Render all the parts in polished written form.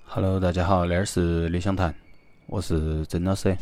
Hello，大家好，这儿是理想谈，我是曾老师。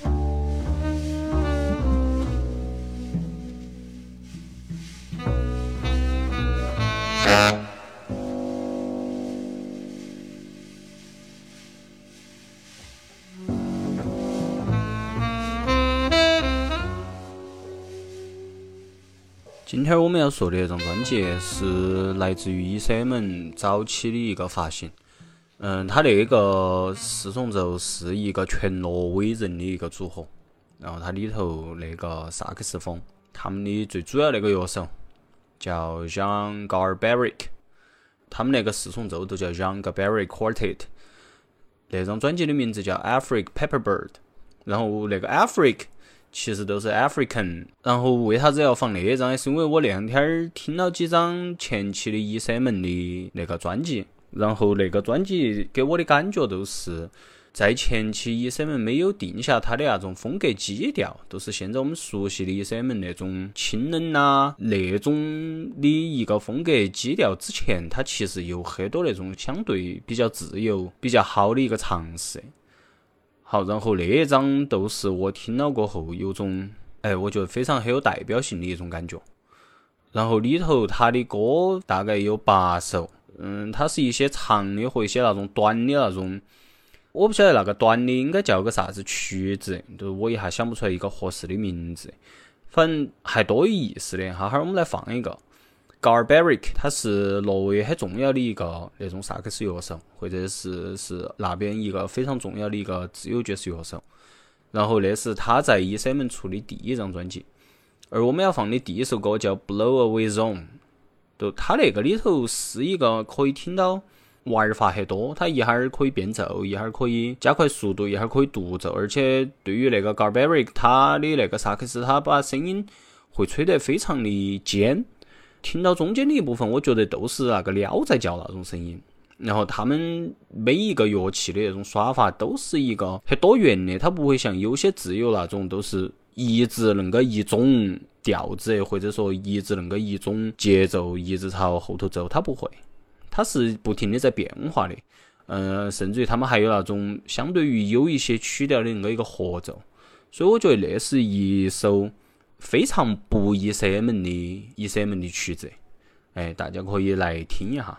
今天我们要说的这张专辑是来自于 ECM 早期的一个发行。他那个四重奏是一个全挪威人的一个组合，然后它里头那个萨克斯风，他们的最主要那个乐手叫 Jan Garbarek， 他们那个四重奏都叫 Jan Garbarek Quartet。那张专辑的名字叫 Afric Pepperbird， 然后那个 Afric 其实都是 African， 然后为啥子要放那一张？是因为我那两天听了几张前期的 ECM 的那个专辑，然后那个专辑给我的感觉都是在前期 ECM 没有定下它的那种风格基调，都是现在我们熟悉的 ECM 那种清冷啊那种的一个风格基调之前，它其实有很多那种相对比较自由比较好的一个尝试。好，然后那一张都是我听了过后有种我觉得非常很有代表性的一种感觉。然后里头它的歌大概有8首，它是一些长的和一些那种短的那种，我不晓得那个短的应该叫个啥子曲子，就是我一下想不出来一个合适的名字，反正还多有意思的。哈哈，我们来放一个 Garbarek， 他是挪威很重要的一个那种萨克斯乐手，或者是那边一个非常重要的一个自由爵士乐手。然后那是他在 ECM 出的第一张专辑，而我们要放的第一首歌叫 Blow Away Zone。就他那个里头是一个可以听到玩法很多，他一下可以变奏，一下可以加快速度，一下可以独奏，而且对于那个 Garbarek 他的那个萨克斯，他把声音会吹得非常的尖，听到中间的一部分我觉得都是那个鸟在叫那种声音。然后他们每一个乐器的那种耍法都是一个很多元的，它不会像有些自由那种都是一直能够一种调子，或者说一直能够一种节奏一直朝后头走，它不会，它是不停的在变化的。甚至于他们还有那种相对于有一些曲调的那个一个合奏，所以我觉得那是一首非常不 ECM 的曲子。大家可以来听一下。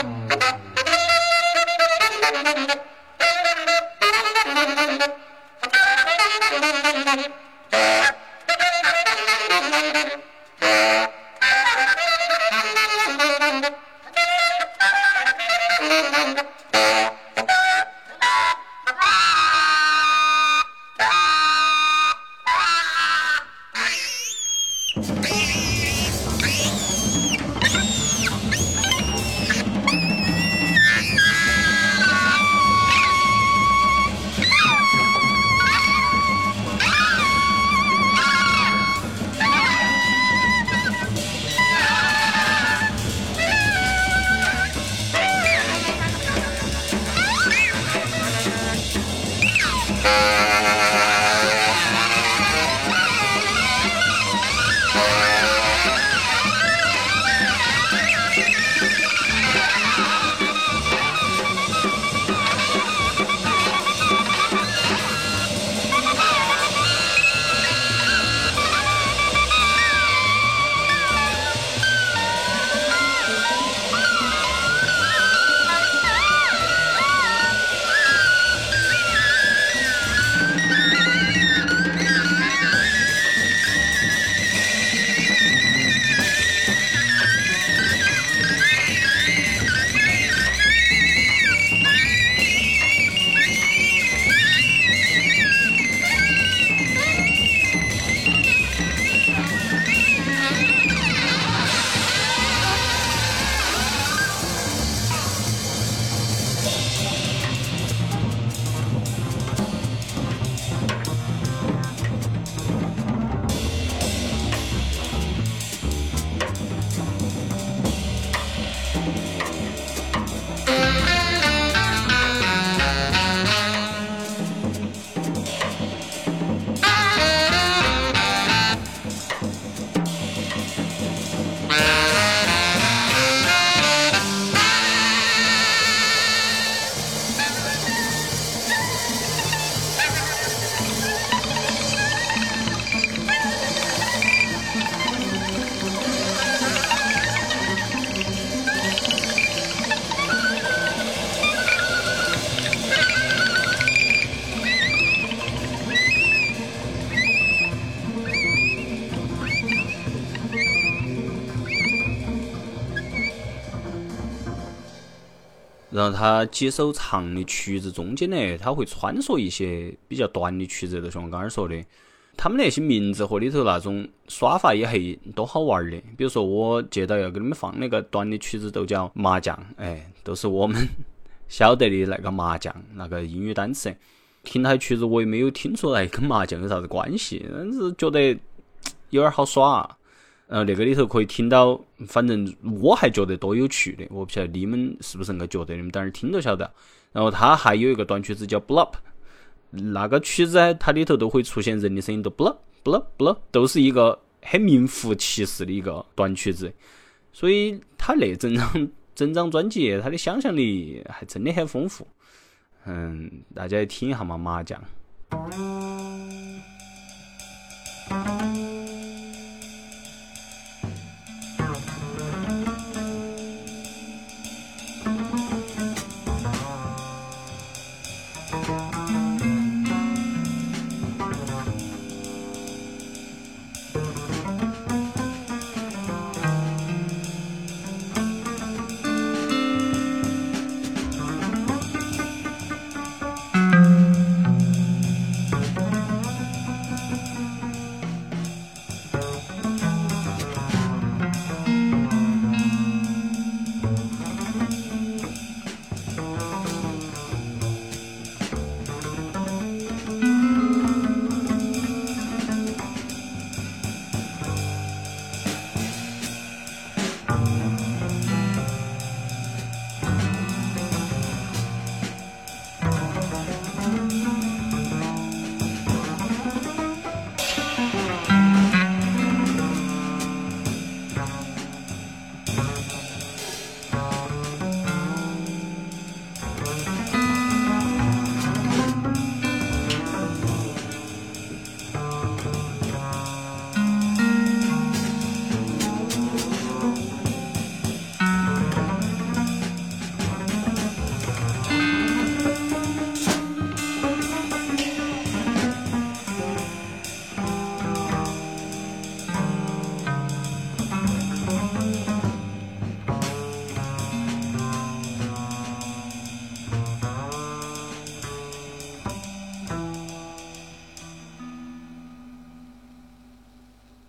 然后它几首长的曲子中间呢，它会穿梭一些比较短的曲子，就像我刚刚说的，他们那些名字和里头那种耍法也很多好玩的。比如说我接到要给你们放那个短的曲子，都叫麻将，都是我们晓得的那个麻将那个英语单词。听它曲子我也没有听出来跟麻将有啥子关系，但是觉得有点好耍。那个里头可以听到，反正我还觉得多有趣的，我不晓得你们是不是那个觉得，你们当然听都晓得。然后它还有一个短曲子叫 Blup， 那个曲子它里头都会出现人的声音，都 Blup Blup Blup， 都是一个很名副其实的一个短曲子。所以它那整张专辑，它的想象力还真的很丰富。大家听一下嘛，麻将。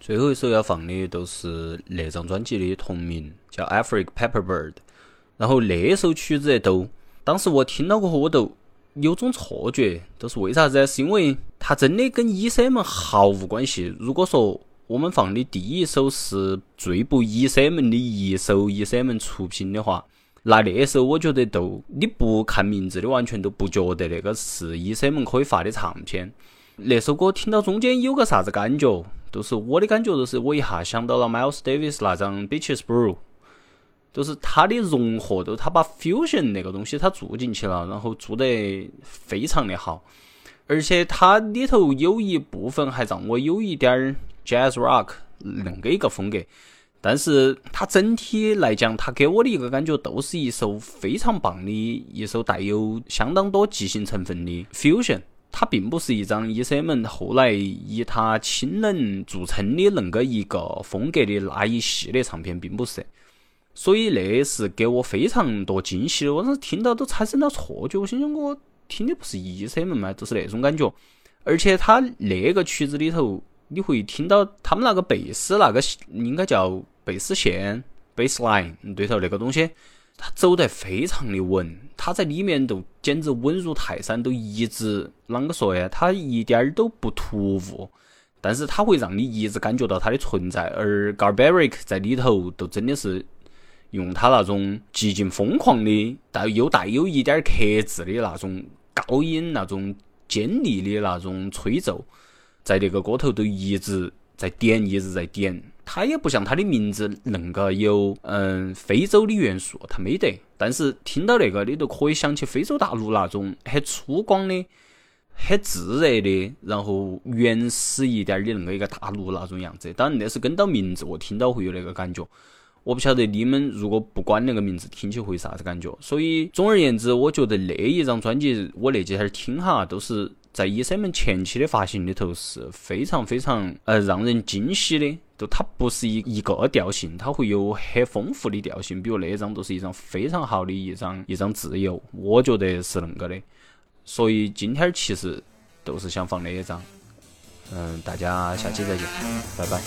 最后一首要放的都是那张专辑的同名，叫 African Pepperbird。然后那首曲子都，当时我听到过后，我都有种错觉，都是为啥子？是因为它真的跟 ECM 毫无关系。如果说我们放的第一首是最不 ECM 的一首 ECM 出品的话，那首我觉得都你不看名字，你完全都不觉得那个是 ECM 可以发的唱片。那首歌听到中间有个啥子感觉，都是我的感觉，都是我一下想到了 Miles Davis 那张 Beaches Brew， 都是他的融合，都他把 fusion 那个东西他做进去了，然后做得非常的好，而且它里头有一部分还让我有一点 jazz rock 那个一个风格，但是它整体来讲，它给我的一个感觉都是一首非常棒的一首带有相当多即兴成分的 fusion。它并不是一张 ECM 后来以它亲能著称的那个一个风格的那一系列唱片，并不是。所以那是给我非常多惊喜的，我当时听到都产生了错觉，我心想我听的不是 ECM 吗？就是那种感觉。而且它那个曲子里头，你会听到他们那个贝斯，那个应该叫贝斯线 bassline 对头那个东西，它走得非常的稳，它在里面都简直稳如泰山，都一直啷个说呀？它一点都不突兀，但是它会让你一直感觉到它的存在。而 Garbaric 在里头都真的是用他那种极尽疯狂的，又带有一点克制的那种高音，那种尖利的那种吹奏，在那个歌头都一直在点，一直在点。它也不像它的名字那个有非洲的元素，它没得。但是听到那个，你都可以想起非洲大陆那种很粗犷的、很炙热的，然后原始一点的那个一个大陆那种样子。当然那是跟到名字，我听到会有那个感觉。我不晓得你们如果不管那个名字，听起会啥子感觉。所以总而言之，我觉得那一张专辑，我那几天听哈，都是在 ECM 前期的发行里头是非常非常让人惊喜的。就它不是一个调性，它会有很丰富的调性。比如那一张都是一张非常好的一张自由，我觉得是那个的。所以今天其实都是想放那一张。大家下期再见，拜拜。